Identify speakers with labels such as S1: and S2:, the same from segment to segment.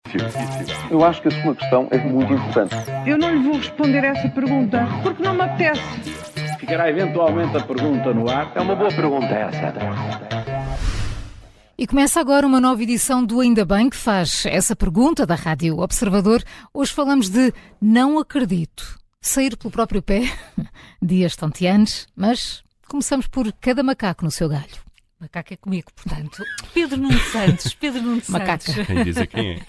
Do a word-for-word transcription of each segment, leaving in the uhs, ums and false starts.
S1: Eu acho que a sua questão é muito importante.
S2: Eu não lhe vou responder essa pergunta porque não me apetece.
S3: Ficará eventualmente a pergunta no ar.
S1: É uma boa pergunta essa.
S4: E começa agora uma nova edição do Ainda Bem que faz essa pergunta da Rádio Observador. Hoje falamos de não acredito. Sair pelo próprio pé, dias tonteantes, mas começamos por cada macaco no seu galho.
S5: Macaco é comigo, portanto. Pedro Nuno Santos. Pedro Nuno
S4: Macaca.
S5: Santos.
S6: Quem diz é quem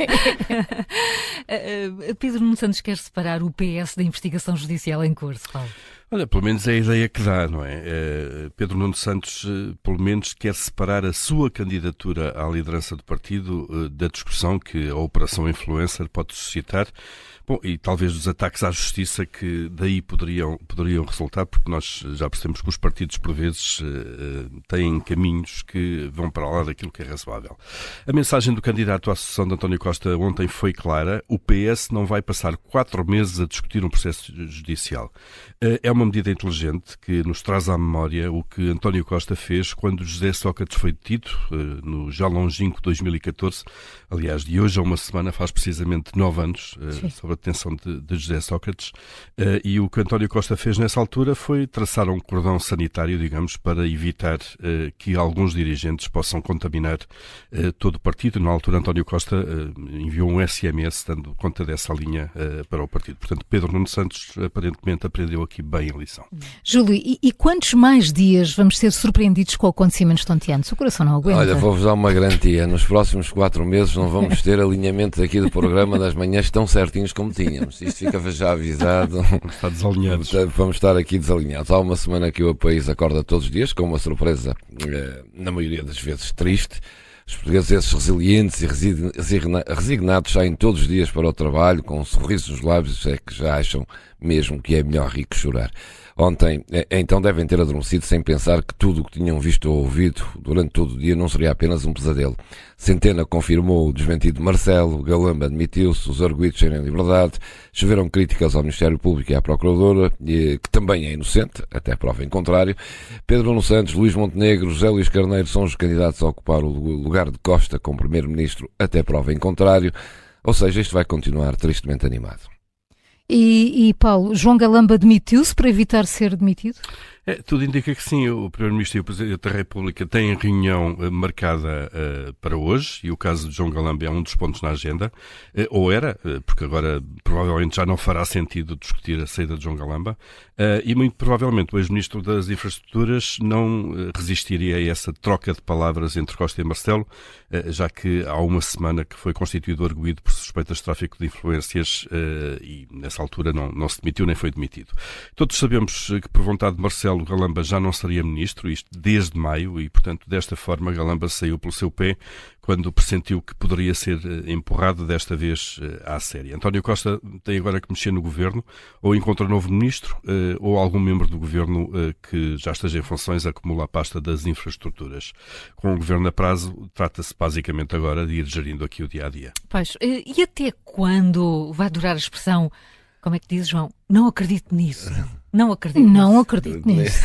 S5: é. Pedro Nuno Santos quer separar o P S da investigação judicial em curso, Paulo.
S6: Olha, pelo menos é a ideia que dá, não é? Uh, Pedro Nuno Santos, uh, pelo menos, quer separar a sua candidatura à liderança do partido uh, da discussão que a Operação Influencer pode suscitar. Bom, e talvez dos ataques à justiça que daí poderiam, poderiam resultar, porque nós já percebemos que os partidos, por vezes, uh, têm caminhos que vão para lá daquilo que é razoável. A mensagem do candidato à sucessão de António Costa ontem foi clara: o P S não vai passar quatro meses a discutir um processo judicial. Uh, é uma uma medida inteligente que nos traz à memória o que António Costa fez quando José Sócrates foi detido, no já longínquo dois mil e catorze. Aliás, de hoje a uma semana faz precisamente nove anos, Sim. sobre a detenção de, de José Sócrates. E o que António Costa fez nessa altura foi traçar um cordão sanitário, digamos, para evitar que alguns dirigentes possam contaminar todo o partido. Na altura, António Costa enviou um S M S dando conta dessa linha para o partido. Portanto, Pedro Nuno Santos aparentemente aprendeu aqui bem a lição.
S4: Júlio, e, e quantos mais dias vamos ser surpreendidos com acontecimentos tonteantes? O coração não aguenta.
S7: Olha, vou-vos dar uma garantia. Nos próximos quatro meses não vamos ter alinhamentos aqui do programa das manhãs tão certinhos como tínhamos. Isto fica já avisado.
S6: Vamos estar desalinhados.
S7: Vamos estar aqui desalinhados. Há uma semana que o país acorda todos os dias com uma surpresa, na maioria das vezes, triste. Os portugueses, esses resilientes e resignados, saem todos os dias para o trabalho com um sorriso nos lábios, é que já acham mesmo que é melhor rir que chorar. Ontem, então, devem ter adormecido sem pensar que tudo o que tinham visto ou ouvido durante todo o dia não seria apenas um pesadelo. Centena confirmou o desmentido de Marcelo, Galamba admitiu-se, os arguidos serem liberdade, choveram críticas ao Ministério Público e à Procuradora, que também é inocente, até prova em contrário. Pedro Nuno Santos, Luís Montenegro, José Luís Carneiro são os candidatos a ocupar o lugar de Costa como Primeiro-Ministro, até prova em contrário. Ou seja, isto vai continuar tristemente animado.
S4: E, e Paulo, João Galamba demitiu-se para evitar ser demitido?
S6: É, tudo indica que sim. O Primeiro-Ministro e o Presidente da República têm reunião uh, marcada uh, para hoje, e o caso de João Galamba é um dos pontos na agenda, uh, ou era, uh, porque agora provavelmente já não fará sentido discutir a saída de João Galamba, uh, e muito provavelmente o ex-Ministro das Infraestruturas não uh, resistiria a essa troca de palavras entre Costa e Marcelo, uh, já que há uma semana que foi constituído arguido por suspeitas de tráfico de influências uh, e nessa altura não, não se demitiu nem foi demitido. Todos sabemos que por vontade de Marcelo Galamba já não seria ministro, isto desde maio, e portanto desta forma Galamba saiu pelo seu pé quando pressentiu que poderia ser empurrado desta vez à séria. António Costa tem agora que mexer no governo, ou encontra um novo ministro, ou algum membro do governo que já esteja em funções acumula a pasta das infraestruturas. Com o governo a prazo, trata-se basicamente agora de ir gerindo aqui o dia-a-dia.
S5: Pois, e até quando vai durar a expressão, como é que diz, João? Não acredito nisso. Não acredito
S4: Não
S5: nisso.
S4: acredito nisso.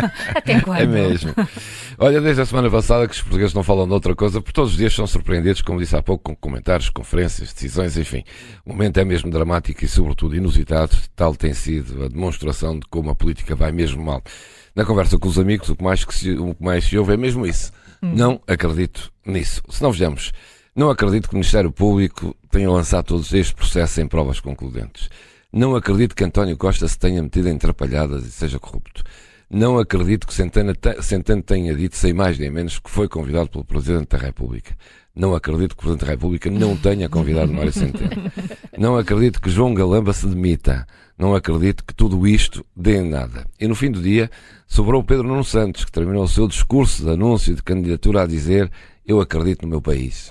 S5: Até quando?
S7: É mesmo. Olha, desde a semana passada que os portugueses não falam de outra coisa, porque todos os dias são surpreendidos, como disse há pouco, com comentários, conferências, decisões, enfim. O momento é mesmo dramático e, sobretudo, inusitado. Tal tem sido a demonstração de como a política vai mesmo mal. Na conversa com os amigos, o que mais, que se, o que mais se ouve é mesmo isso. Hum. Não acredito nisso. Se não vejamos, não acredito que o Ministério Público tenha lançado todos estes processos sem provas concludentes. Não acredito que António Costa se tenha metido em atrapalhadas e seja corrupto. Não acredito que Centeno tenha dito, sem mais nem menos, que foi convidado pelo Presidente da República. Não acredito que o Presidente da República não tenha convidado Mário Centeno. Não acredito que João Galamba se demita. Não acredito que tudo isto dê em nada. E no fim do dia, sobrou Pedro Nuno Santos, que terminou o seu discurso de anúncio de candidatura a dizer: eu acredito no meu país.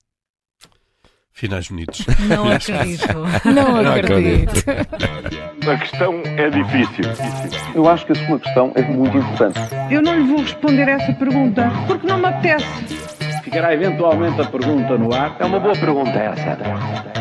S6: Finais bonitos.
S5: Não acredito.
S4: Não acredito.
S1: A questão é difícil. Eu acho que a sua questão é muito importante.
S2: Eu não lhe vou responder essa pergunta porque não me apetece.
S3: Ficará eventualmente a pergunta no ar.
S1: É uma boa pergunta essa.